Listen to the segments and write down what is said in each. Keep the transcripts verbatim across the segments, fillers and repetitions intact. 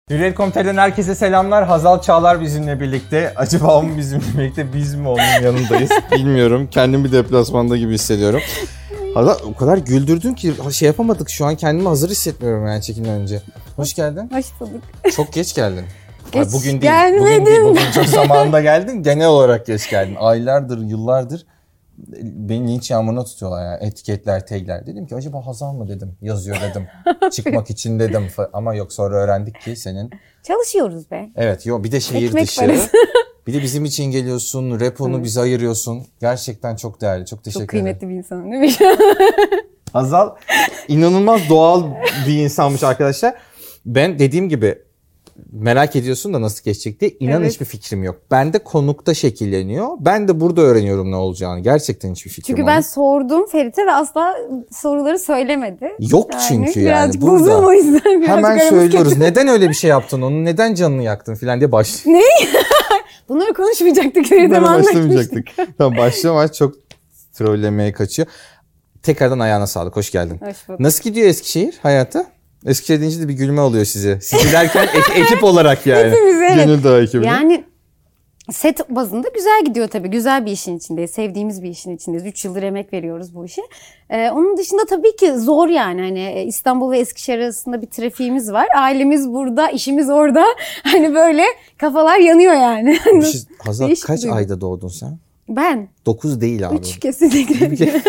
Hürriyet nokta com nokta tr'den herkese selamlar. Hazal Çağlar bizimle birlikte. Acaba o mu bizimle birlikte, biz mi onun yanındayız bilmiyorum. Kendimi deplasmanda gibi hissediyorum. Hazal o kadar güldürdün ki şey yapamadık. Şu an kendimi hazır hissetmiyorum yani çekimden önce. Hoş geldin. Hoş bulduk. Çok geç geldin. Geç Hayır, bugün değil. gelmedim. Bugün değil. Bugün çok zamanında geldin. Genel olarak geç geldin. Aylardır, yıllardır beni linç yağmuruna tutuyorlar yani. Etiketler, tagler. Dedim ki acaba Hazal mı dedim. Yazıyor dedim. Çıkmak için dedim. Ama yok, sonra öğrendik ki senin. Çalışıyoruz be. Evet, yok bir de şehir Ekmek dışı. parası. Bir de bizim için geliyorsun. Reponu evet. bize ayırıyorsun. Gerçekten çok değerli. Çok teşekkür ederim. Çok kıymetli bir insanım değil mi? Hazal inanılmaz doğal bir insanmış arkadaşlar. Ben dediğim gibi merak ediyorsun da nasıl geçecek diye. İnan evet. hiçbir fikrim yok. Ben de konukta şekilleniyor. Ben de burada öğreniyorum ne olacağını. Gerçekten hiçbir fikrim yok. Çünkü ben olmadı. sordum Ferit'e ve asla soruları söylemedi. Yok yani, çünkü yani. Birazcık bozulma o yüzden. Birazcık hemen söylüyoruz. Neden öyle bir şey yaptın onu? Neden canını yaktın falan diye başlıyor. Ne? Bunları konuşmayacaktık Ferit'e. Bunları başlamayacaktık. Tamam, başlamaç çok trollemeye kaçıyor. Tekrardan ayağına sağlık. Hoş geldin. Hoş bulduk. Nasıl gidiyor Eskişehir hayatı? Eskişehir deyince de bir gülme oluyor size. Sizi derken ek, ekip olarak yani. Hepimiz evet. Gönül Dağı ekibi. Yani set bazında güzel gidiyor tabii. Güzel bir işin içindeyiz. Sevdiğimiz bir işin içindeyiz. Üç yıldır emek veriyoruz bu işe. Ee, onun dışında tabii ki zor yani. Hani İstanbul ve Eskişehir arasında bir trafiğimiz var. Ailemiz burada, işimiz orada. Hani böyle kafalar yanıyor yani. Bir şey, Hazal kaç duygu. ayda doğdun sen? Ben? Dokuz değil abi. Üç kesinlikle.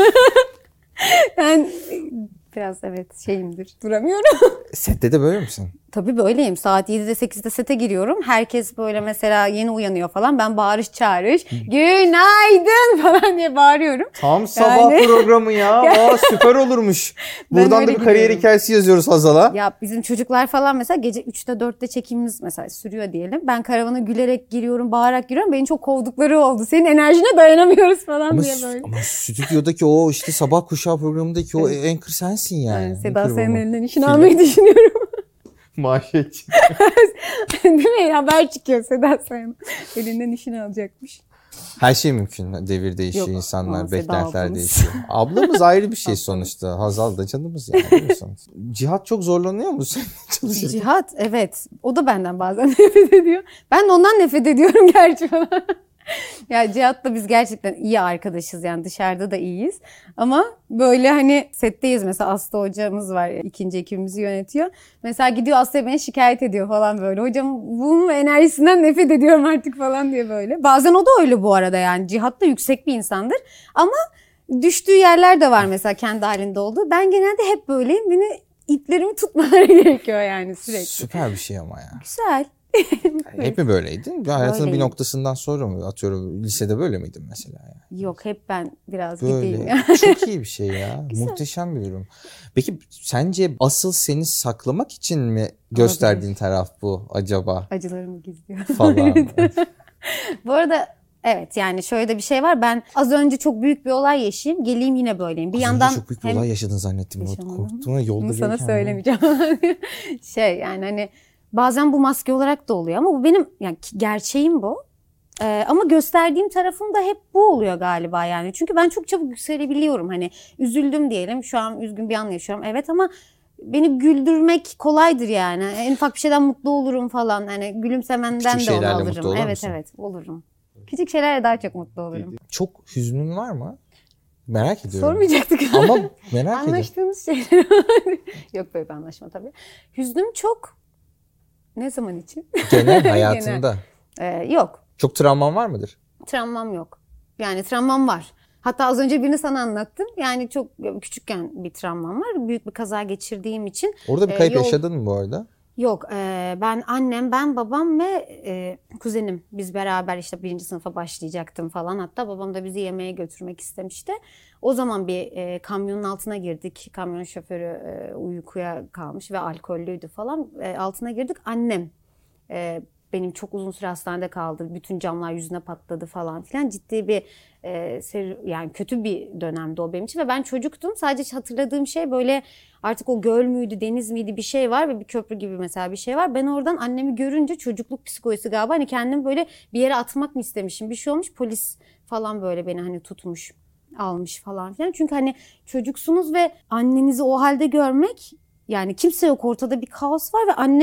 Ben biraz evet şeyimdir. Duramıyorum. Sette de böyle misin? Tabii böyleyim. Saat yedide sekizde sete giriyorum. Herkes böyle mesela yeni uyanıyor falan. Ben bağırış çağırış. Günaydın falan diye bağırıyorum. Tam sabah yani... programı ya. Aa, süper olurmuş. Buradan da bir kariyer hikayesi yazıyoruz Hazal'a. Ya bizim çocuklar falan mesela gece üçte dörtte çekimimiz mesela sürüyor diyelim. Ben karavana gülerek giriyorum, bağırarak giriyorum. Beni çok kovdukları oldu. Senin enerjine dayanamıyoruz falan ama, diye böyle. Ama stüdyodaki o işte sabah kuşağı programındaki o evet. anchor sensin yani. yani Seda senin elinden işini Film. almayı düşünüyorum. Maaşet değil mi? Haber çıkıyor Seda Sayan. Elinden işini alacakmış. Her şey mümkün. Devir değişiyor, Yok, insanlar, beklentiler değişiyor. Ablamız ayrı bir şey sonuçta. Hazal da canımız yani. Cihat çok zorlanıyor mu sen çalışırken? Cihat evet. O da benden bazen nefret ediyor. Ben de ondan nefret ediyorum gerçi falan. Ya Cihat'la biz gerçekten iyi arkadaşız yani dışarıda da iyiyiz. Ama böyle hani setteyiz mesela Aslı hocamız var ikinci ekibimizi yönetiyor. Mesela gidiyor Aslı'ya beni şikayet ediyor falan böyle. Hocam bunun enerjisinden nefret ediyorum artık falan diye böyle. Bazen o da öyle bu arada yani Cihat da yüksek bir insandır. Ama düştüğü yerler de var mesela kendi halinde olduğu. Ben genelde hep böyleyim. Beni iplerimi tutmaları gerekiyor yani sürekli. Süper bir şey ama ya. Güzel. Hep mi böyleydin? Hayatının bir noktasından sonra mı? Atıyorum lisede böyle miydin mesela? Yani? Yok hep ben biraz böyle. gideyim ya. Çok iyi bir şey ya. Muhteşem bir durum. Peki sence asıl seni saklamak için mi gösterdiğin Olabilir. taraf bu acaba? Acılarımı gizliyorum. Falan. Bu arada evet yani şöyle de bir şey var. Ben az önce çok büyük bir olay yaşayayım. Geleyim yine böyleyim. Bir az yandan önce çok büyük bir hem... olay yaşadın zannettim. Korktum yolda Bunu sana söylemeyeceğim. şey yani hani bazen bu maske olarak da oluyor ama bu benim yani gerçeğim bu. Ee, ama gösterdiğim tarafım da hep bu oluyor galiba yani. Çünkü ben çok çabuk yükselebiliyorum. Hani üzüldüm diyelim. Şu an üzgün bir an yaşıyorum. Evet ama beni güldürmek kolaydır yani. En ufak bir şeyden mutlu olurum falan. Hani gülümsemenden Küçük de onu alırım. Mutlu olur evet musun? Evet olurum. Küçük şeylerle daha çok mutlu olurum. Çok hüznün var mı? Merak ediyorum. Sormayacaktık. Ama merak ediyorum. Anlaştığımız şeyler. Yok böyle bir anlaşma tabii. Hüznüm çok. Ne zaman için? Genel hayatında. Genel. Ee, yok. Çok travman var mıdır? Travmam yok. Yani travmam var. Hatta az önce birini sana anlattım. Yani çok küçükken bir travmam var. Büyük bir kaza geçirdiğim için. Orada bir kayıp e, yol... yaşadın mı bu arada? Yok. E, ben annem, ben babam ve e, kuzenim. Biz beraber işte birinci sınıfa başlayacaktım falan. Hatta babam da bizi yemeğe götürmek istemişti. O zaman bir e, kamyonun altına girdik. Kamyon şoförü e, uykuya kalmış ve alkollüydü falan. E, altına girdik. Annem e, benim çok uzun süre hastanede kaldı. Bütün camlar yüzüne patladı falan filan. Ciddi bir e, seri, yani kötü bir dönemdi o benim için ve ben çocuktum. Sadece hatırladığım şey böyle artık o göl müydü, deniz miydi bir şey var ve bir köprü gibi mesela bir şey var. Ben oradan annemi görünce çocukluk psikolojisi galiba hani kendimi böyle bir yere atmak mı istemişim. Bir şey olmuş, polis falan böyle beni hani tutmuş, almış falan filan. Çünkü hani çocuksunuz ve annenizi o halde görmek, yani kimse yok, ortada bir kaos var ve annem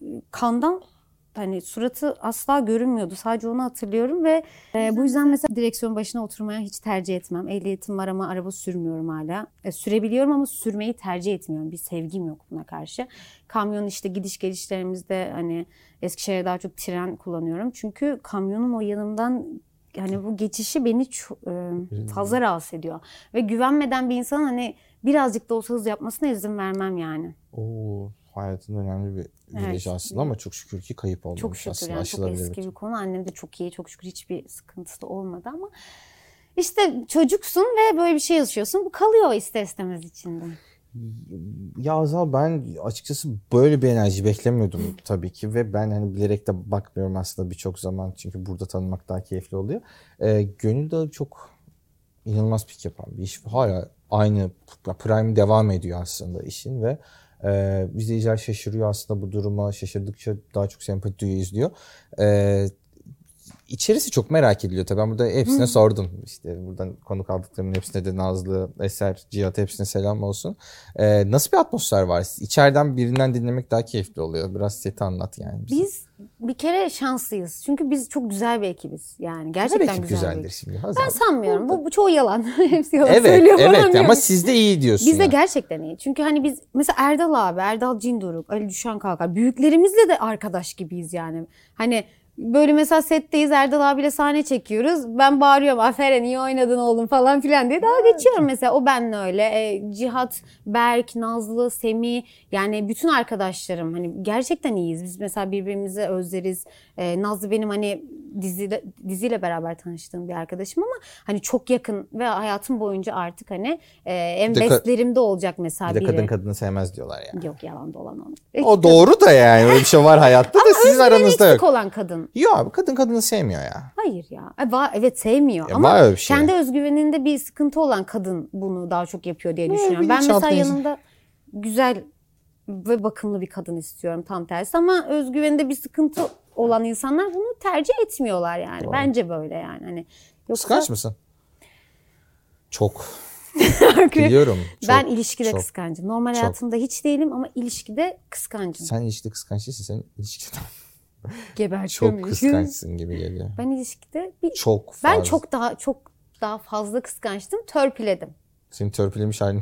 kandan hani suratı asla görünmüyordu. Sadece onu hatırlıyorum ve e, bu yüzden mesela direksiyon başına oturmaya hiç tercih etmem. Ehliyetim var ama araba sürmüyorum hala. E, sürebiliyorum ama sürmeyi tercih etmiyorum. Bir sevgim yok buna karşı. Kamyon işte gidiş gelişlerimizde hani Eskişehir'e daha çok tren kullanıyorum. Çünkü kamyonun o yanımdan yani bu geçişi beni çok, e, fazla rahatsız ediyor. Ve güvenmeden bir insanın hani birazcık da olsa hız yapmasına izin vermem yani. Oo, hayatın önemli bir viraj Evet. aslında ama çok şükür ki kayıp olmamış Çok şükür aslında. yani çok Aşılabilir eski bir- bir konu. Annem de çok iyi, çok şükür hiçbir sıkıntısı da olmadı ama işte çocuksun ve böyle bir şey yaşıyorsun. Bu kalıyor ister istemez içinde. Ya Azal, ben açıkçası böyle bir enerji beklemiyordum tabii ki ve ben hani bilerek de bakmıyorum aslında birçok zaman, çünkü burada tanımak daha keyifli oluyor. Ee, Gönül de çok inanılmaz pik yapan bir iş. Hala aynı prime devam ediyor aslında işin ve e, izleyiciler şaşırıyor aslında bu duruma. Şaşırdıkça daha çok sempati duyuyor, izliyor. E, içerisi çok merak ediliyor tabii. Ben burada hepsine Hı. sordum. İşte buradan konuk aldıklarımın hepsine de Nazlı, Eser, Cihat hepsine selam olsun. E, nasıl bir atmosfer var? İçeriden birinden dinlemek daha keyifli oluyor. Biraz seti anlat yani. bize. Biz bir kere şanslıyız. Çünkü biz çok güzel bir ekibiz. Yani gerçekten Her ekip güzel bir güzeldir ekip. şimdi. Hazal. Ben sanmıyorum. Bu, bu çoğu yalan. Hepsi yalan Evet, söylüyor falan evet ama diyormuş. siz de iyi diyorsun. Biz de yani. gerçekten iyi. Çünkü hani biz mesela Erdal abi, Erdal Cindoruk, Ali Düşen Kalkar. Büyüklerimizle de arkadaş gibiyiz yani. Hani böyle mesela setteyiz, Erdal abiyle sahne çekiyoruz. Ben bağırıyorum aferin iyi oynadın oğlum falan filan diye daha geçiyorum mesela. O benle öyle. E, Cihat, Berk, Nazlı, Semih yani bütün arkadaşlarım hani gerçekten iyiyiz. Biz mesela birbirimizi özleriz. E, Nazlı benim hani diziyle, diziyle beraber tanıştığım bir arkadaşım ama hani çok yakın ve hayatım boyunca artık hani e, en Bir de ka- bestlerimde olacak mesela Bir de biri. kadın kadını sevmez diyorlar yani. Yok yalan dolan onu. O doğru da yani öyle bir şey var hayatta da sizin aranızda Eksik yok. olan kadın. Yok abi, kadın kadını sevmiyor ya. Hayır ya. E, va- evet sevmiyor Ya ama var öyle bir şey. kendi özgüveninde bir sıkıntı olan kadın bunu daha çok yapıyor diye Ne, düşünüyorum. Ben bilinçaltı mesela insan- yanımda güzel ve bakımlı bir kadın istiyorum tam tersi ama özgüveninde bir sıkıntı olan insanlar bunu tercih etmiyorlar yani. Doğru. Bence böyle yani. Hani yoksa Kıskanç mısın? Çok. Biliyorum. Çok, ben ilişkide çok. kıskancım. Normal çok. hayatımda hiç değilim ama ilişkide kıskancım. Sen ilişkide kıskanç değilsin. Sen ilişkide Gebertiyorum. çok kıskançsın gibi geliyor. Ben ilişkide bir Çok fazla. ben çok daha çok daha fazla kıskançtım. Törpüledim. Senin törpülemiş halin.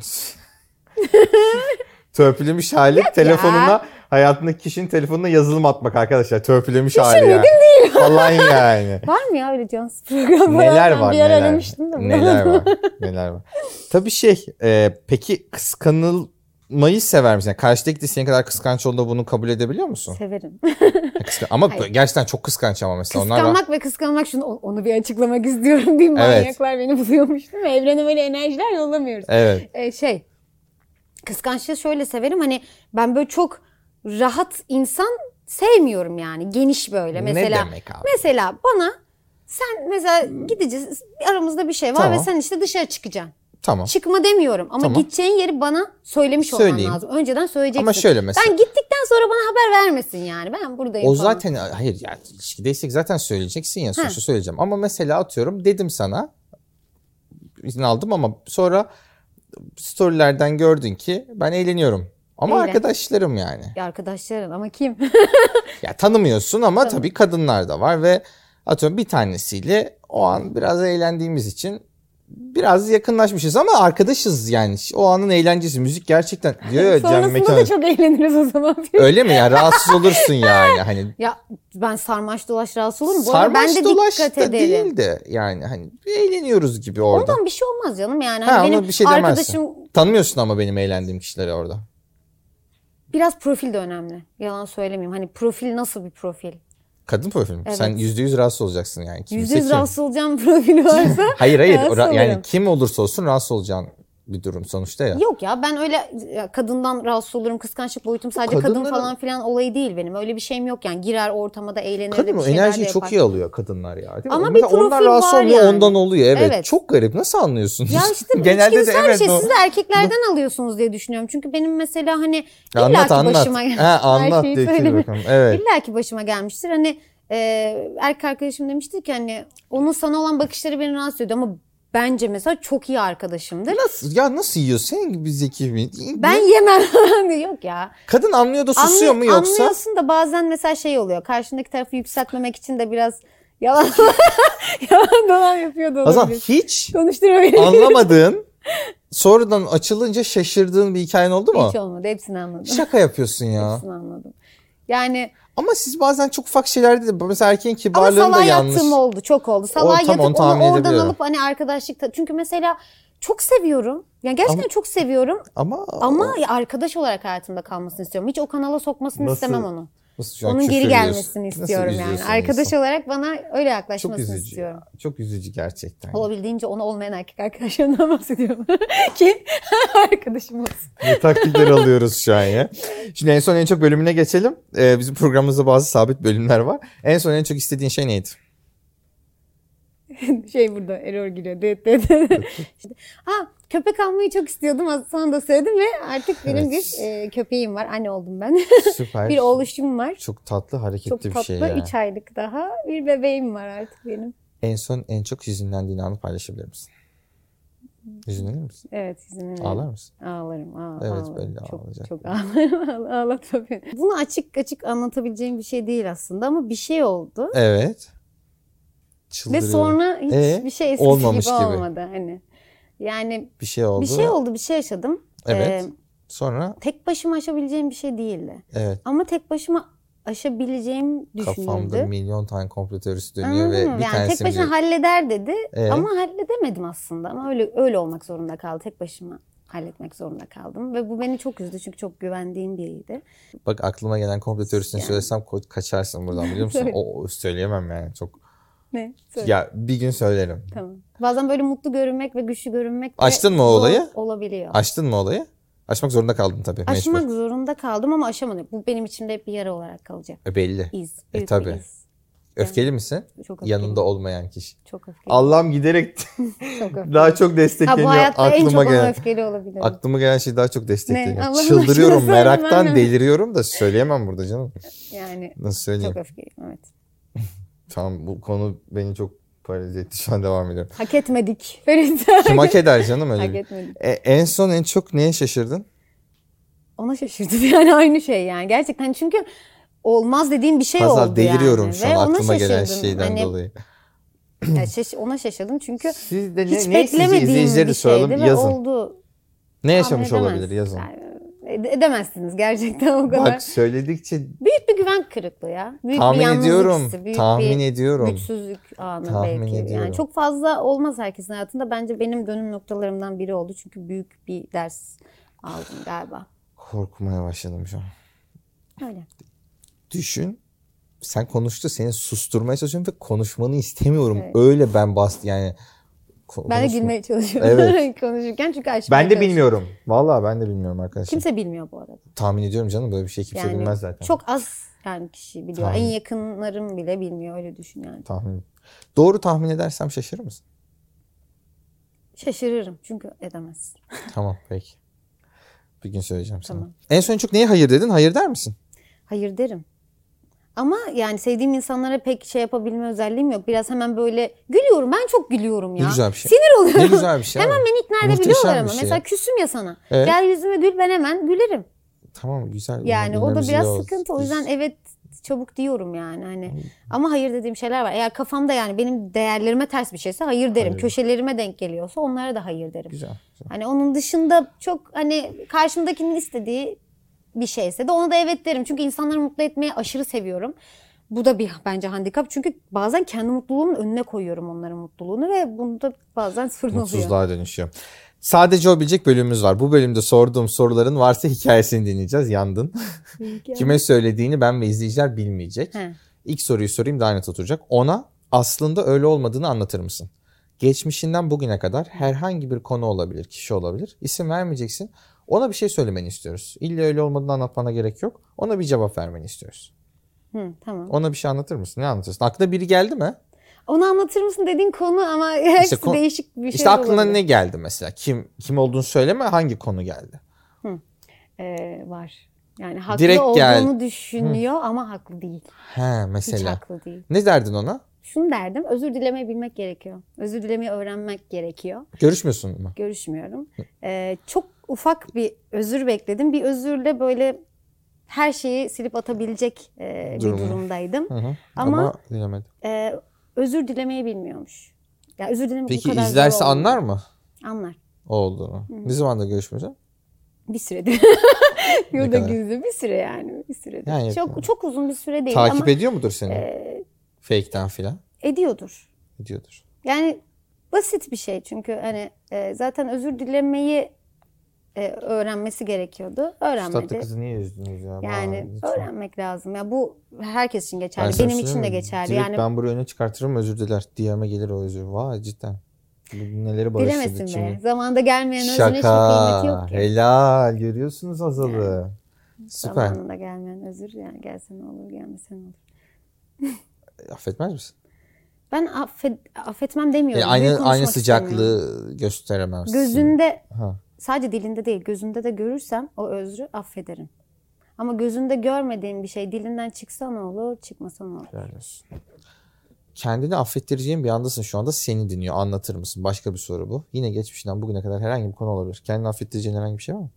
Törpülemiş hali telefonuna, hayatındaki kişinin telefonuna yazılım atmak arkadaşlar. Törpülemiş hali yani. değil. Falan yani. Var mı ya öyle cansız program? Neler Ben var bir ara neler. aramıştım da. Neler var. Neler var. Tabii şey e, peki kıskanılmayı sever misin? Yani karşıdaki de senin kadar kıskanç olduğunda bunu kabul edebiliyor musun? Severim. Kıskan- Ama Hayır. gerçekten çok kıskanç ama mesela onlar var. Kıskanmak ve kıskanmak şunu onu bir açıklamak istiyorum değil mi? Evet. Manyaklar beni buluyormuş değil mi? Evrene böyle enerjiler yollamıyoruz. Evet. Ee, şey kıskançlığı şöyle severim hani ben böyle çok rahat insan sevmiyorum yani geniş böyle mesela. Ne demek abi? Mesela bana sen mesela gideceğiz aramızda bir şey var Tamam. ve sen işte dışarı çıkacaksın. Tamam. Çıkma demiyorum ama Tamam. gideceğin yeri bana söylemiş Söyleyeyim. olman lazım. Önceden söyleyeceksin. Ama şöyle mesela. Ben gittikten sonra bana haber vermesin yani. Ben buradayım O falan. zaten hayır yani ilişkideysek zaten söyleyeceksin ya, sonuçta Ha. söyleyeceğim. Ama mesela atıyorum dedim sana, izin aldım ama sonra storylerden gördün ki ben eğleniyorum. Ama Eğlen. arkadaşlarım yani. Ya arkadaşların ama kim? Ya tanımıyorsun ama Tamam. tabii kadınlar da var ve atıyorum bir tanesiyle o an biraz eğlendiğimiz için biraz yakınlaşmışız ama arkadaşız yani. O anın eğlencesi. Müzik gerçekten diyor ya Cem Sonrasında Mekan. da çok eğleniriz o zaman. Öyle mi ya? Rahatsız olursun yani. Hani Ya ben sarmaş dolaş rahatsız olurum. Bu arada sarmaş ben de dolaş dikkat da ederim. değil de yani hani eğleniyoruz gibi orada. Ondan bir şey olmaz canım yani. Ha, Hani ona benim bir şey demezsin. arkadaşım Tanımıyorsun ama benim eğlendiğim kişileri orada. biraz profil de önemli. Yalan söylemeyeyim. Hani profil nasıl bir profil? Kadın profili mi? Evet. Sen yüzde yüz rahatsız olacaksın yani. Kimse Yüzde yüz kim? rahatsız olacağım profili varsa. Hayır hayır. rahatsız Ra- yani olurum. kim olursa olsun rahatsız olacağın bir durum sonuçta ya. Yok ya ben öyle ya kadından rahatsız olurum. Kıskançlık boyutum sadece kadın Kadınların- falan filan olayı değil benim. Öyle bir şeyim yok yani. Girer ortama da eğlenir de Kadın bir o şeyler de enerjiyi yapar. çok iyi alıyor kadınlar ya. Değil mi? Ama bir Mesela ondan profil rahatsız var olmuyor, yani. ondan oluyor. Evet. Evet. Çok garip. Nasıl anlıyorsun? Ya işte genelde de içgüdüsel bir evet. şey. o- Siz de erkeklerden alıyorsunuz diye düşünüyorum. Çünkü benim mesela hani Ya illaki anlat anlat. başıma Ha, anlat her şeyi diye söyleme. bakalım. Evet. İlla ki başıma gelmiştir. Hani e, erkek arkadaşım demişti ki hani onun sana olan bakışları beni rahatsız ediyor ama bence mesela çok iyi arkadaşımdır. Nasıl, ya nasıl yiyor? Senin gibi zeki mi? Ben yemem. Yok ya. Kadın anlıyor da susuyor Anlay- mu yoksa? Anlıyorsun da bazen mesela şey oluyor. Karşındaki tarafı yükseltmemek için de biraz yalan yalan dolan yapıyor da olabilir. Hazal hiç Konuşturmayayım. anlamadığın, sonradan açılınca şaşırdığın bir hikayen oldu mu? Hiç olmadı. Hepsini anladım. Şaka yapıyorsun ya. Hepsini anladım. Yani Ama siz bazen çok ufak şeylerde de mesela erkeğin ama kibarlığını da salağa yanlış. yattığım oldu. Çok oldu. Salağa tam yatıp onu onu, tahmin oradan edebiliyorum. alıp hani arkadaşlıkta. Çünkü mesela çok seviyorum. Yani gerçekten Ama- çok seviyorum. Ama Ama ya arkadaş olarak hayatımda kalmasını istiyorum. Hiç o kanala sokmasını Nasıl- istemem onu. Nasıl şu an Onun küfür geri ediyorsun? gelmesini Nasıl istiyorum yani. üzüyorsun Arkadaş insan? olarak bana öyle Çok yaklaşmasını üzücü. istiyorum. Ya. Çok üzücü gerçekten. Olabildiğince onu olmayan erkek arkadaşlarımdan bahsediyorum. Ki arkadaşım olsun. Ne taktikler alıyoruz şu an ya. Şimdi en son en çok bölümüne geçelim. Ee, bizim programımızda bazı sabit bölümler var. En son en çok istediğin şey neydi? Şey burada error giriyor. Evet, evet, evet. İşte, ha, köpek almayı çok istiyordum. Az sonra da söyledim ve artık benim Evet. bir e, köpeğim var. Anne oldum ben. Süper. Bir oğluşum var. Çok tatlı, hareketli Çok bir tatlı. şey ya. üç aylık daha. Bir bebeğim var artık benim. En son en çok hüzünlendiğin anı paylaşabilir misin? Hüzünlenir misin? Evet. izin Ağlar mısın? Ağlarım. Ağ, Evet, ağlarım. belli, çok, ağlayacak. Çok ağlarım. Ağla- Ağlatma beni. Bunu açık açık anlatabileceğim bir şey değil aslında ama bir şey oldu. Evet. Ve Çıldırıyorum. sonra hiç Ee, bir şey eskisi olmamış gibi, gibi. olmadı. Hani yani Bir şey oldu. bir şey oldu, bir şey yaşadım. Evet. Ee, Sonra tek başıma aşabileceğim bir şey değildi. evet. Ama tek başıma aşabileceğim Kafamda düşünüldü. milyon tane komplo teorisi dönüyor Anladın ve mı? bir Yani tek tanesini başına bile- halleder dedi Ee? ama halledemedim aslında. Ama öyle öyle olmak zorunda kaldı. Tek başıma halletmek zorunda kaldım ve bu beni çok üzdü çünkü çok güvendiğim biriydi. Bak aklıma gelen komplo teorisini Yani. söylesem ko- kaçarsın buradan biliyor musun? Söyle. o, o söyleyemem yani çok. Ne? Söyle. Ya bir gün söylerim. Tamam. Bazen böyle mutlu görünmek ve güçlü görünmek de Açtın mı o zor olayı? olabiliyor. Açtın mı olayı? Açmak zorunda kaldın tabii. Aşmak Mecbur. zorunda kaldım ama aşamadım. Bu benim içimde hep bir yara olarak kalacak. E, belli. İz. E, Büyük tabii. bir iz. Öfkeli misin? Çok öfkeliyim. Yanında olmayan kişi. Çok öfkeli. Allah'ım giderek Çok öfkeli. daha çok Ha, destekleniyor. bu hayatta en çok aklıma ona gelen. öfkeli olabilirim. Aklıma gelen şey daha çok destekleniyor. Ne? Allah'ım Çıldırıyorum başına meraktan söylemem. deliriyorum da söyleyemem burada canım. Yani Nasıl söyleyeyim? çok öfkeliyim, evet. Tamam bu konu beni çok paralize etti. Şu an devam ediyorum. Hak etmedik. Ferit. Kim hak eder canım öyle Hak bir- etmedik. E, en son en çok neye şaşırdın? Ona şaşırdım yani aynı şey yani. Gerçekten çünkü olmaz dediğim bir şey Hazal oldu deliriyorum yani. şu Ve an ona aklıma gelen şaşırdım. şeyden Hani, dolayı. ya şaş- ona şaşırdım çünkü Siz de hiç ne, ne sizce beklemediğim izleyicileri bir de soralım şeydi ve yazın. oldu. Ne yaşamış Tahmin olabilir edemezsiniz. yazın. Yani, ede- edemezsiniz gerçekten o kadar. Bak söyledikçe Büyük bir güven kırıklığı ya. Büyük tahmin bir yalnızlık ediyorum. hissi, büyük Tahmin bir ediyorum. güçsüzlük anı Tahmin belki. ediyorum. Yani çok fazla olmaz herkesin hayatında. Bence benim dönüm noktalarımdan biri oldu. Çünkü büyük bir ders aldım galiba. Korkmaya başladım şu an. Öyle. Düşün. Sen konuştu seni susturmaya çalışıyorum ve konuşmanı istemiyorum. Evet. Öyle ben bastı yani. Ko- Ben de konuşma- gülmeye çalışıyorum Evet. konuşurken çünkü aşmaya Ben de çalışıyorum. bilmiyorum. Vallahi ben de bilmiyorum arkadaşlar. Kimse bilmiyor bu arada. Tahmin ediyorum canım böyle bir şey kimse Yani bilmez zaten. çok az yani kişi biliyor. Tahmin. En yakınlarım bile bilmiyor öyle düşün yani. Tahmin. Doğru tahmin edersem şaşırır mısın? Şaşırırım çünkü edemezsin. Tamam peki. Bir gün söyleyeceğim sana. Tamam. En son çok neye hayır dedin? Hayır der misin? Hayır derim. Ama yani sevdiğim insanlara pek şey yapabilme özelliğim yok. Biraz hemen böyle gülüyorum. Ben çok gülüyorum ya. Ne güzel bir şey. Sinir oluyorum. Ne güzel bir şey. Hemen ama. beni ikna Muhteşem edebiliyorlar bir ama. şey. Mesela küsüm ya sana. Evet. Gel yüzüme gül ben hemen gülerim. Tamam güzel. Yani Bunu o da bilmemiz iyi biraz oldu. sıkıntı. O yüzden evet çabuk diyorum yani hani. Ama hayır dediğim şeyler var. Eğer kafamda yani benim değerlerime ters bir şeyse hayır derim. Hayır. Köşelerime denk geliyorsa onlara da hayır derim. Güzel. güzel. Hani onun dışında çok hani karşımdakinin istediği bir şeyse de ona da evet derim. Çünkü insanları mutlu etmeyi aşırı seviyorum. Bu da bir bence handikap. Çünkü bazen kendi mutluluğumun önüne koyuyorum onların mutluluğunu ve bunda bazen sorun oluyor. Mutsuzluğa dönüşüyor. Sadece o bilecek bölümümüz var. Bu bölümde sorduğum soruların varsa hikayesini dinleyeceğiz. Yandın. Kime söylediğini ben ve izleyiciler bilmeyecek. He. İlk soruyu sorayım daha net oturacak. Ona aslında öyle olmadığını anlatır mısın? Geçmişinden bugüne kadar herhangi bir konu olabilir, kişi olabilir. İsim vermeyeceksin. Ona bir şey söylemeni istiyoruz. İlla öyle olmadığını anlatmana gerek yok. Ona bir cevap vermeni istiyoruz. Hı, tamam. Ona bir şey anlatır mısın? Ne anlatırsın? Aklına biri geldi mi? Onu anlatır mısın dediğin konu ama hepsi kon- değişik bir şey İşte aklına olabilir. ne geldi mesela? Kim kim olduğunu söyleme, hangi konu geldi? Ee, var. Yani haklı Direkt olduğunu gel- düşünüyor ama haklı değil. He Hiç mesela. haklı değil. Ne derdin ona? şunu derdim. Özür dilemeyi bilmek gerekiyor. Özür dilemeyi öğrenmek gerekiyor. Görüşmüyorsun mu? Görüşmüyorum. Ee, çok ufak bir özür bekledim. Bir özürle böyle her şeyi silip atabilecek e, bir durumdaydım. Hı hı. Ama, Ama dilemedim. E, özür dilemeyi bilmiyormuş. Ya özür dilemek Peki bu kadar izlerse zor anlar mı? Anlar. O olduğunu. Ne zamandır görüşmüyorsun? Bir süredir. Yurda gizli bir süre yani. Bir süredir. Yani çok yapayım. Çok uzun bir süre değil. Takip ama, ediyor mudur seni? E, Fake'ten filan. Ediyordur. Ediyordur. Yani basit bir şey çünkü hani e, zaten özür dilemeyi e, öğrenmesi gerekiyordu. Öğrenmedi. Tatlı kızı niye üzdünüz ya? Yani Aa, öğrenmek lazım. Ya bu herkes için geçerli. Benim için de geçerli. Direkt yani ben buraya öne çıkartırım özür diler. D M'e gelir o özür. Vay cidden. Neleri bağışladık bilemesin şimdi. be. Zamanında gelmeyen özün Şaka. hiçbir kıymeti yok ki. Helal. Görüyorsunuz Hazal'ı. Yani. Süper. Zamanında gelmeyen özür yani gelse ne olur gelmese ne olur. Affetmez misin? Ben affet, affetmem demiyorum. Yani aynı aynı sıcaklığı gösteremezsin. Gözünde ha. Sadece dilinde değil gözünde de görürsem o özrü affederim. Ama gözünde görmediğim bir şey dilinden çıksa ne olur çıkmasa ne olur. Kendini affettireceğin bir andasın şu anda, seni dinliyor. Anlatır mısın? Başka bir soru bu. Yine geçmişten bugüne kadar herhangi bir konu olabilir. Kendini affettireceğin herhangi bir şey var mı?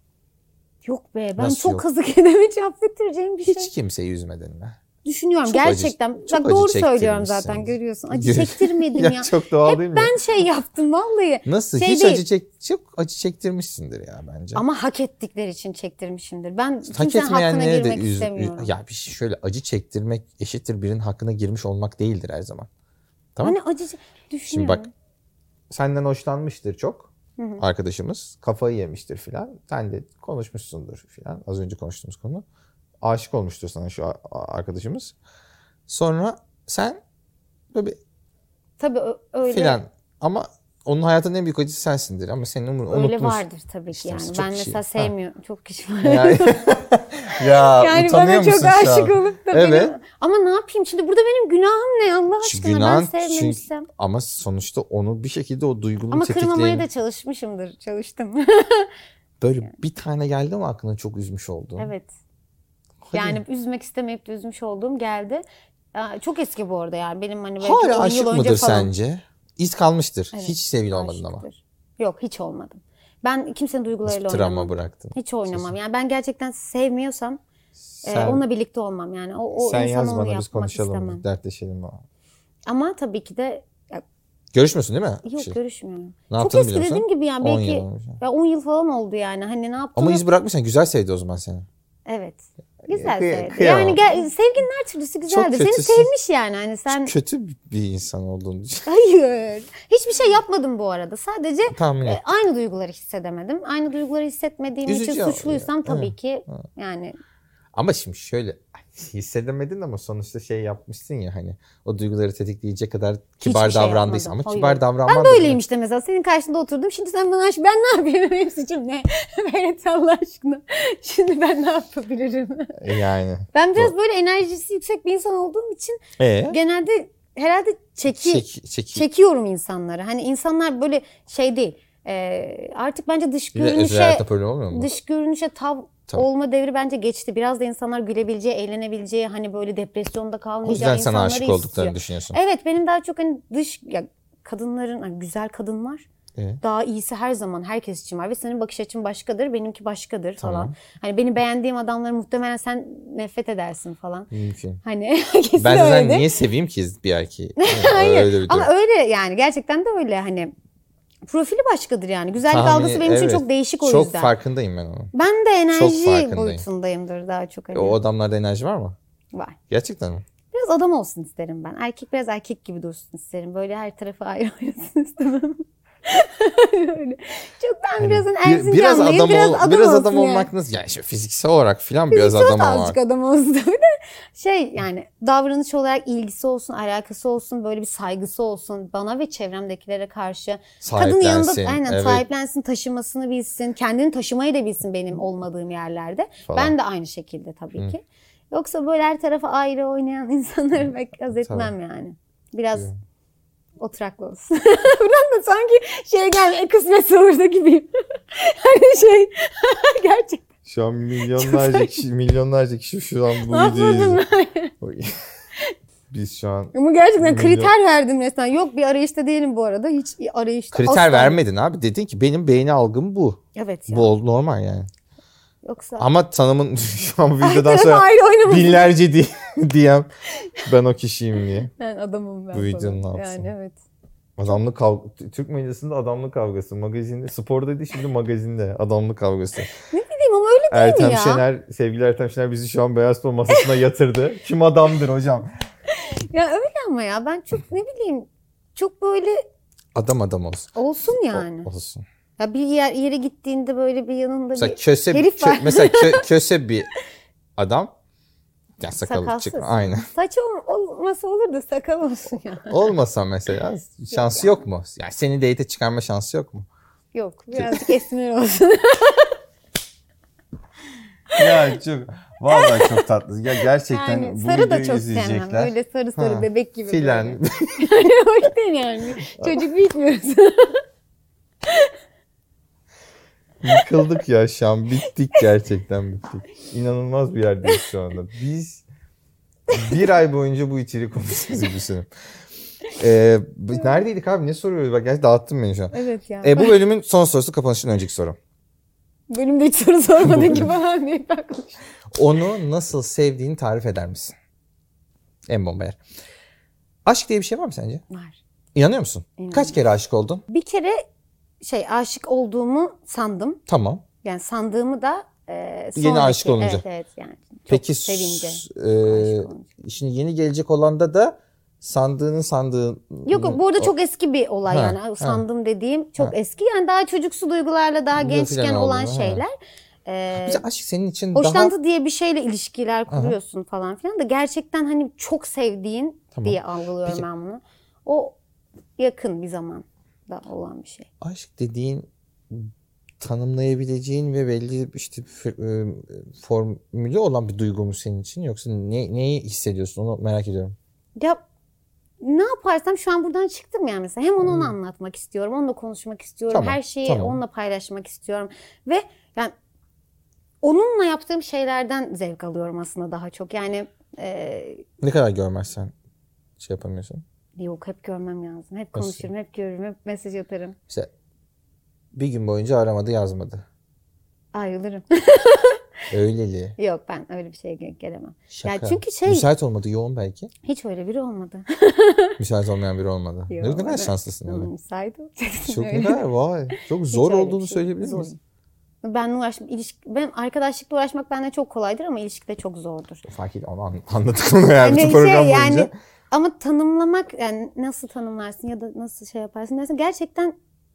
Yok be ben Nasıl çok yok? kazık yedim hiç affettireceğim bir hiç şey. Hiç kimseyi üzmedin mi? Düşünüyorum çok gerçekten. Acı, çok Bak doğru söylüyorum zaten görüyorsun. Acı çektirmedim ya. ya. Çok doğal Hep değil mi? ben şey yaptım vallahi. Nasıl? Şey hiç değil. acı çek çok acı çektirmişsindir ya bence. Ama hak ettikleri için çektirmişimdir. Ben hak kimsenin hakkına girmek üz, istemiyorum. Ya bir şey şöyle acı çektirmek eşittir birinin hakkına girmiş olmak değildir her zaman. Tamam? Hani acı düşünüyorum. Şimdi bak senden hoşlanmıştır çok. Hı hı. Arkadaşımız kafayı yemiştir filan. Sen de konuşmuşsundur filan. Az önce konuştuğumuz konu. Aşık olmuştur sana şu arkadaşımız. Sonra sen böyle tabii öyle filan ama onun hayatının en büyük acısı sensindir ama senin umurun öyle unutmuş. vardır tabii ki işte yani. Ben kişi. mesela sevmiyorum. Çok kişi var. Yani, ya yani utanıyor bana musun çok aşık olup da evet. benim... Ama ne yapayım şimdi burada benim günahım ne Allah aşkına Günah, ben sevmemişsem. Çünkü, ama sonuçta onu bir şekilde o duygunun ama tetikleyin. Ama kırmamaya da çalışmışımdır. Çalıştım. Böyle yani. Bir tane geldi mi aklına çok üzmüş oldun? Evet. Hadi. Yani üzmek istemeyip de üzmüş olduğum geldi. Çok eski bu arada yani. Benim hani belki hala on aşık yıl önce mıdır falan. sence? İz kalmıştır. Evet, hiç sevgili olmadın aşıktır. ama. Yok hiç olmadım. Ben kimsenin duygularıyla Hiç oynamam. travma bıraktın. Hiç oynamam. Yani ben gerçekten sevmiyorsam sen, e, onunla birlikte olmam. Yani o, o sen insan yaz onu bana yapmak biz konuşalım. istemem. Dertleşelim. Ama tabii ki de ya, görüşmüyorsun değil mi? yok şey. görüşmüyorum. Ne çok eski dediğim gibi yani belki on yıl, yıl falan oldu yani. Hani ne yaptım? Ama iz bırakmışsan güzel sevdi o zaman seni. Evet. Güzel Kıy- sevdi. kıyamam. Yani gel, sevginin her türlüsü güzeldir. Seni sevmiş yani. Hani sen çok kötü bir insan olduğunu hayır. Hiçbir şey yapmadım bu arada. Sadece e, aynı duyguları hissedemedim. Aynı duyguları hissetmediğim Üzücü için suçluysam ya. tabii evet. ki evet. yani. Ama şimdi şöyle hissedemedin ama sonuçta şey yapmışsın ya hani o duyguları tetikleyecek kadar kibar şey davrandıysan ama Hayır. kibar davranmadın. Ben böyleyim işte mesela senin karşında oturdum şimdi sen bana ben ne yapayım benim suçum ne? Evet Allah aşkına şimdi ben ne yapabilirim? Yani. Ben biraz böyle enerjisi yüksek bir insan olduğum için ee? genelde herhalde çeki, Çek, çeki. çekiyorum insanları. Hani insanlar böyle şey değil e, artık bence dış görünüşe dış görünüşe tav Tabii. olma devri bence geçti. Biraz da insanlar gülebileceği, eğlenebileceği, hani böyle depresyonda kalmayacağı insanları istiyor. O yüzden sana aşık olduklarını düşünüyorsun. Evet, benim daha çok hani dış ya kadınların hani güzel kadın var. Evet. Daha iyisi her zaman herkes için var ve senin bakış açın başkadır, benimki başkadır tamam. falan. Hani benim beğendiğim adamları muhtemelen sen nefret edersin falan. Mümkün. Hani ben zaten niye seveyim ki bir erkeği? Hayır. Öyle ama öyle yani gerçekten de öyle hani. Profili başkadır yani. Güzellik Tahmin, algısı benim evet. için çok değişik o çok yüzden. Çok farkındayım ben onun. Ben de enerji boyutundayımdır daha çok. Hani. O adamlarda enerji var mı? Var. Gerçekten mi? Biraz adam olsun isterim ben. Erkek biraz erkek gibi dursun isterim. Böyle her tarafa ayrı oynasın istemem. Öyle. Çok ben yani, biraz Erzincanlıyım. Biraz adam, biraz adam, biraz adam yani. olmak nasıl? Yani işte fiziksel olarak falan biraz adam olmak. Azıcık adam olsun tabii de. Şey yani davranış olarak ilgisi olsun, alakası olsun, böyle bir saygısı olsun. Bana ve çevremdekilere karşı. Kadın yanında aynen evet. sahiplensin, taşımasını bilsin. Kendini taşımayı da bilsin benim olmadığım yerlerde. Falan. Ben de aynı şekilde tabii Hı. ki. Yoksa böyle her tarafa ayrı oynayan insanları pek haz etmem yani. Biraz... Hı. Oturaklı olsun. Buradan da sanki şey geldi, kısmet sahurda gibiyim. Hani şey gerçekten. Şu an milyonlarca kişi, milyonlarca kişi şu an bu videoyu izliyor. Biz şu an... Ama gerçekten kriter verdim resmen. Yok bir arayışta değilim bu arada. Hiç arayışta Kriter asla. vermedin abi. Dedin ki benim beğeni algım bu. Evet ya. Bu normal yani. Yoksa... Ama tanımın şu an bu videodan sonra ayrı binlerce di- diyem ben o kişiyim diye. Yani adamım ben. Bu videonun falan. altına. Yani evet. Adamlık kavgası. Türk medyasında adamlık kavgası. Magazinde, spordaydı şimdi magazinde adamlık kavgası. Ne bileyim ama öyle değil Ertem mi ya? Şener, sevgili Ertem Şener bizi şu an Beyaz Spor masasına yatırdı. Kim adamdır hocam? Ya öyle ama ya ben çok ne bileyim çok böyle Adam adam olsun. olsun yani. O, olsun. Ya bir yer, yere gittiğinde böyle bir yanında Mesela bir köse, herif kö, var. mesela kö, köse bir adam. Ya sakalı Sakalsız. çıkma. Aynen. Saç ol, olmasa olur da sakal olsun ya. Olmasa mesela şansı yok mu? Yani seni date'e çıkarma şansı yok mu? Yok birazcık esmer olsun. Ya çok vallahi çok tatlı. Ya gerçekten Yani bu sarı da videoyu çok izleyecekler. sevmem. Öyle sarı sarı Ha, bebek gibi. filan. Böyle. Yani hoş değil yani. Çocuk büyütmüyoruz. Yıkıldık ya şu an. Bittik gerçekten bittik. İnanılmaz bir yerdeyiz şu anda. Biz bir ay boyunca bu içeriği konuşuyoruz düşünün. Ee, neredeydik abi? Ne soruyoruz? Bak gerçi dağıttın beni şu an. Evet ya. Ee, bu bölümün son sorusu kapanışın önceki soru. Bölümde hiç soru sormadın ki bana. Niye bakmış? Onu nasıl sevdiğini tarif eder misin? En bomba yer. Aşk diye bir şey var mı sence? Var. İnanıyor musun? İnanıyorum. Kaç kere aşık oldun? Bir kere şey aşık olduğumu sandım. Tamam. Yani sandığımı da e, Yeni sonraki- aşık olunca. Evet evet yani. Çok Peki sevince. e, aşık olunca. şimdi yeni gelecek olanda da sandığının sandığın... Yok bu arada çok eski bir olay Ha, yani. ha. Sandım dediğim çok Ha. eski. Yani daha çocuksu duygularla daha Yok, gençken filan olan oldu, ha. şeyler. Ee, Mesela aşk senin için hoşlantı daha... diye bir şeyle ilişkiler kuruyorsun falan filan da gerçekten hani çok sevdiğin Tamam. diye algılıyorum Peki. ben bunu. O yakın bir zamanda olan bir şey. Aşk dediğin tanımlayabileceğin ve belli işte f- e, formülü olan bir duygu mu senin için yoksa ne, neyi hissediyorsun onu merak ediyorum. Ya ne yaparsam şu an buradan çıktım yani mesela. Hem onu, onu anlatmak istiyorum, onunla konuşmak istiyorum. Tamam, Her şeyi tamam. onunla paylaşmak istiyorum. Ve yani onunla yaptığım şeylerden zevk alıyorum aslında daha çok. Yani e, Ne kadar görmezsen şey yapamıyorsun. yok hep görmem lazım. Hep Nasıl? konuşurum, hep görürüm, hep mesaj atarım. Mesela bir gün boyunca aramadı yazmadı. Ayrılırım. Öyleli. Yok ben öyle bir şeye ge- gelemem. Şaka. Ya çünkü şey Müsait olmadı yoğun belki. hiç öyle biri olmadı. Müsait olmayan biri olmadı. Yok, ne, ne kadar evet. şanslısın öyle. Müsait olacaksın Çok öyle. ne kadar vay. Çok zor öyle bir olduğunu şey. söyleyebilir Zor. misin? Ben uğraşmak, ilişki, benim arkadaşlıkla uğraşmak bende çok kolaydır ama ilişkide çok zordur. Fark et onu an- anladık onu yani Yani bütün şey, program boyunca. yani ama tanımlamak yani nasıl tanımlarsın ya da nasıl şey yaparsın dersen gerçekten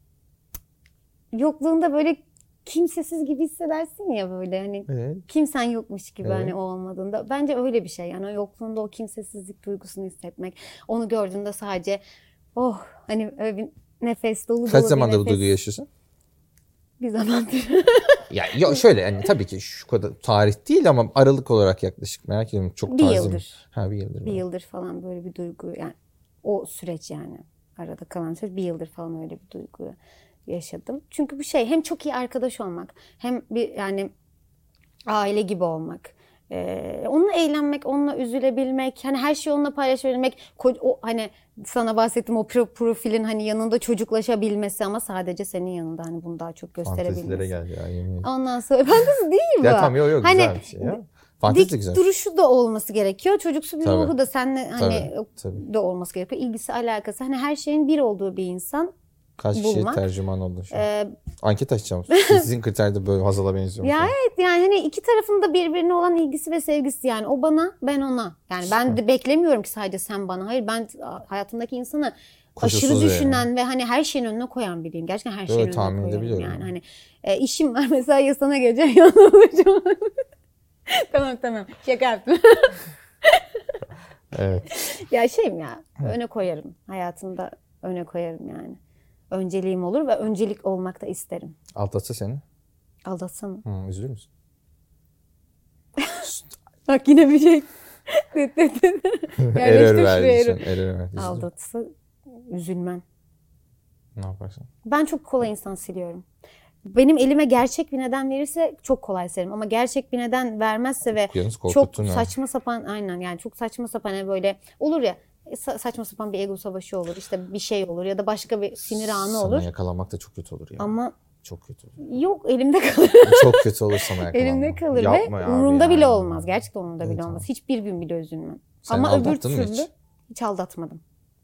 yokluğunda böyle kimsesiz gibi hissedersin ya böyle hani Evet. kimsen yokmuş gibi Evet. hani o olmadığında. Bence öyle bir şey yani o yokluğunda o kimsesizlik duygusunu hissetmek. Onu gördüğünde sadece oh hani öyle bir nefes dolu dolu Kaç bir zamandır bu nefes. duyguyu yaşıyorsun? Bir zamandır. Ya yo, şöyle yani tabii ki şu kadar tarih değil ama aralık olarak yaklaşık merak ediyorum. Çok Bir taze mi? yıldır. Ha bir yıldır. Bir böyle. yıldır falan böyle bir duygu yani o süreç yani arada kalan süreç bir yıldır falan öyle bir duyguyu yaşadım. Çünkü bir şey hem çok iyi arkadaş olmak hem bir yani aile gibi olmak. Ee, onunla eğlenmek, onunla üzülebilmek, hani her şeyi onunla paylaşabilmek, ko- o hani sana bahsettiğim o pro- profilin hani yanında çocuklaşabilmesi ama sadece senin yanında hani bunu daha çok Fantezilere gösterebilmesi. geldi ya yemin ederim. Ondan sonra fantezi değil bu. Ya tamam yok yok Hani güzel bir şey ya. Fantezi de dik güzel. duruşu da olması gerekiyor. Çocuksu bir Tabii. ruhu da seninle hani Tabii, tabii. de olması gerekiyor. İlgisi, alakası. Hani her şeyin bir olduğu bir insan. Kaç kişiye bulmak. tercüman oldun şu an? Ee, Anket açacağım. Sizin kriterde böyle Hazal'a benziyor. ya evet yani hani iki tarafın da birbirine olan ilgisi ve sevgisi yani. O bana, ben ona. Yani ben de beklemiyorum ki sadece sen bana. Hayır ben hayatımdaki insanı Koşulsuz aşırı yani. düşünen ve hani her şeyin önüne koyan biriyim. Gerçekten her şeyin Evet, önüne tahmin koyarım edebiliyorum. yani. Hani e, işim var mesela ya sana geleceğim ya ona olacağım. Tamam tamam şaka yaptım. Evet. Ya şeyim ya öne koyarım. Hayatımda öne koyarım yani. Önceliğim olur ve öncelik olmak da isterim. Aldatsa seni. Aldatsa mı? Hı, üzülür müsün? Bak yine bir şey. Error Yerleştir verdi şuraya. şu an. Error verdi. Üzülür. Aldatsa üzülmem. Ne yaparsın? Ben çok kolay insan siliyorum. benim elime gerçek bir neden verirse çok kolay severim. Ama gerçek bir neden vermezse ve Yalnız çok korkuttun ya. saçma sapan aynen yani çok saçma sapan hani böyle olur ya sa- saçma sapan bir ego savaşı olur işte bir şey olur ya da başka bir sinir anı olur. Sana yakalanmak da çok kötü olur ya. Ama çok kötü olur. yok elimde kalır. Çok kötü olur sana yakalanmak. Elimde kalır Yapma ve ya umurumda abi bile yani. olmaz. Gerçekten umurumda Evet, bile olmaz. tamam. Hiçbir gün bile üzülmem. Sen Ama öbür aldattın mı türlü hiç? hiç aldatmadım.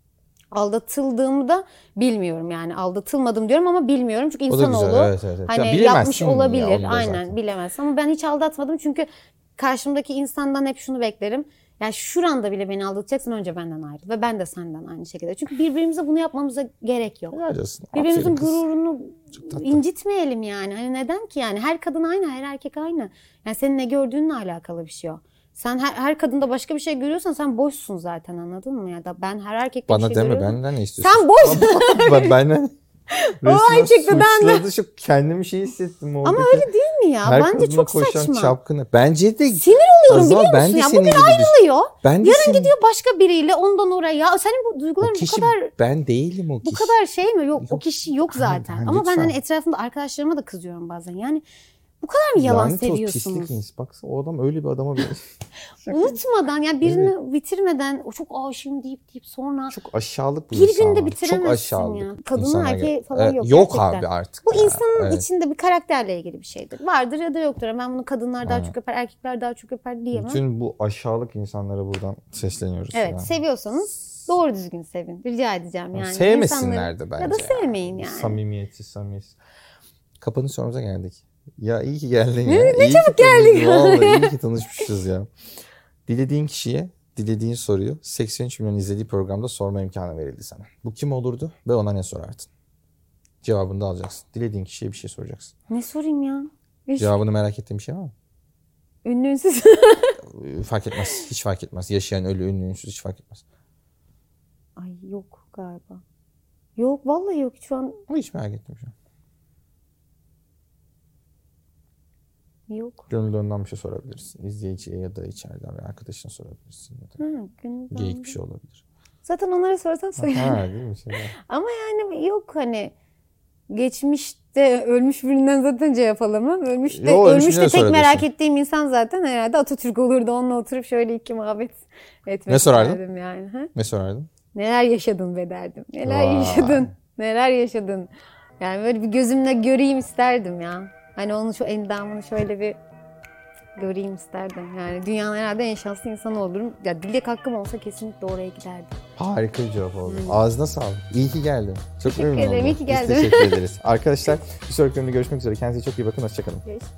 Aldatıldığımı da bilmiyorum yani. Aldatılmadım diyorum ama bilmiyorum. Çünkü O da insanoğlu güzel. Evet, evet, evet. hani Ya yapmış bilemezsin ya, olabilir. onu da Aynen zaten. bilemez. Ama ben hiç aldatmadım çünkü karşımdaki insandan hep şunu beklerim. Yani şuranda bile beni aldatacaksan önce benden ayrıl. Ve ben de senden aynı şekilde. Çünkü birbirimize bunu yapmamıza gerek yok. Helal olsun. Birbirimizin Aferin kız. gururunu Çok tatlı. incitmeyelim yani. Hani neden ki yani? Her kadın aynı, her erkek aynı. Yani senin ne gördüğünle alakalı bir şey o. Sen her, her kadında başka bir şey görüyorsan sen boşsun zaten, anladın mı? Ya da ben her erkekte Bana bir şey deme, görüyorum. benden ne istiyorsun? Sen boşsun. Ben, benden Olay çıktı, ben de. suçladı, şu kendimi şey hissettim oradaki. Ama öyle değil mi ya? Her Bence kadına çok koşan saçma. çapkını. Bence de Sinir oluyorum Azal, biliyor ben musun de ya? senin Bugün gibi düş- ayrılıyor. Ben de Yarın senin- gidiyor başka biriyle ondan oraya. Senin bu duyguların O bu kişi kadar ben değilim o bu kişi. kadar şey mi? Yok, o Yok. kişi yok Aynen, zaten. aynen, Ama ben lütfen. hani etrafımda arkadaşlarıma da kızıyorum bazen. Yani bu kadar mı yalan Lanet o seviyorsunuz? pislik insan. Baksana o adam öyle bir adama bir... Unutmadan yani birini bitirmeden o çok aşığım deyip deyip sonra Çok aşağılık bir, bir insan günde var. bitiremezsin Çok aşağılık. ya. Kadının insana erkeği göre. falan Evet, yok Yok gerçekten. abi artık. bu ya. insanın Evet. içinde bir karakterle ilgili bir şeydir. Vardır ya da yoktur. Ben bunu kadınlar daha Aynen. çok öper, erkekler daha çok öper diyemem. Bütün bu aşağılık insanlara buradan sesleniyoruz. Evet, ya. seviyorsanız doğru düzgün sevin. Rica edeceğim yani. Sevmesinler İnsanları- de bence. Ya da sevmeyin yani. Samimiyetsiz, samimiyetsiz. Kapanış sorumuza geldik. Ya iyi ki geldin Ne- ya. ne İyi çabuk ki tanıştık. geldik. Vallahi iyi ki tanışmışız ya. Dilediğin kişiye dilediğin soruyu seksen üç milyon izlediği programda sorma imkanı verildi sana. Bu kim olurdu ve ona ne sorardın? Cevabını da alacaksın. Dilediğin kişiye bir şey soracaksın. Ne sorayım ya? Hiç Cevabını merak ettiğin bir şey var mı? ünlü ünsüz. Ee, Fark etmez. Hiç fark etmez. Yaşayan, ölü, ünlü, ünsüz hiç fark etmez. Ay yok galiba. Yok vallahi yok şu an. Ama hiç merak ettim şu an. Yok. Gönülden bir şey sorabilirsin. İzleyiciye ya da içeriden bir arkadaşına sorabilirsin. Ya da Ha, gündem. geyik bir şey olabilir. Zaten onlara sorsam söylerim. Ha değil mi? Şey var. Ama yani yok hani geçmişte ölmüş birinden zaten cevap alamam. Ölmüşte, Yo, ölmüş ölmüşte birine tek sorabilirsin. merak ettiğim insan zaten herhalde Atatürk olurdu. Onunla oturup şöyle iki muhabbet etmek Ne sorardın? isterdim yani. Ha? Ne sorardın? Neler yaşadın be derdim. Neler Vay. yaşadın. Neler yaşadın. Yani böyle bir gözümle göreyim isterdim ya. Hani onun şu endamını şöyle bir göreyim isterdim. Yani dünyanın herhalde en şanslı insanı olurum. Ya dilek hakkım olsa kesinlikle oraya giderdim. Harika bir cevap oldu. Ağzına sağlık. İyi ki geldin. Çok Teşekkür memnun ederim, oldum. iyi ki Biz geldin. teşekkür ederiz. Arkadaşlar bir sonraki bölümde görüşmek üzere. Kendinize çok iyi bakın. Hoşçakalın. Görüşürüz.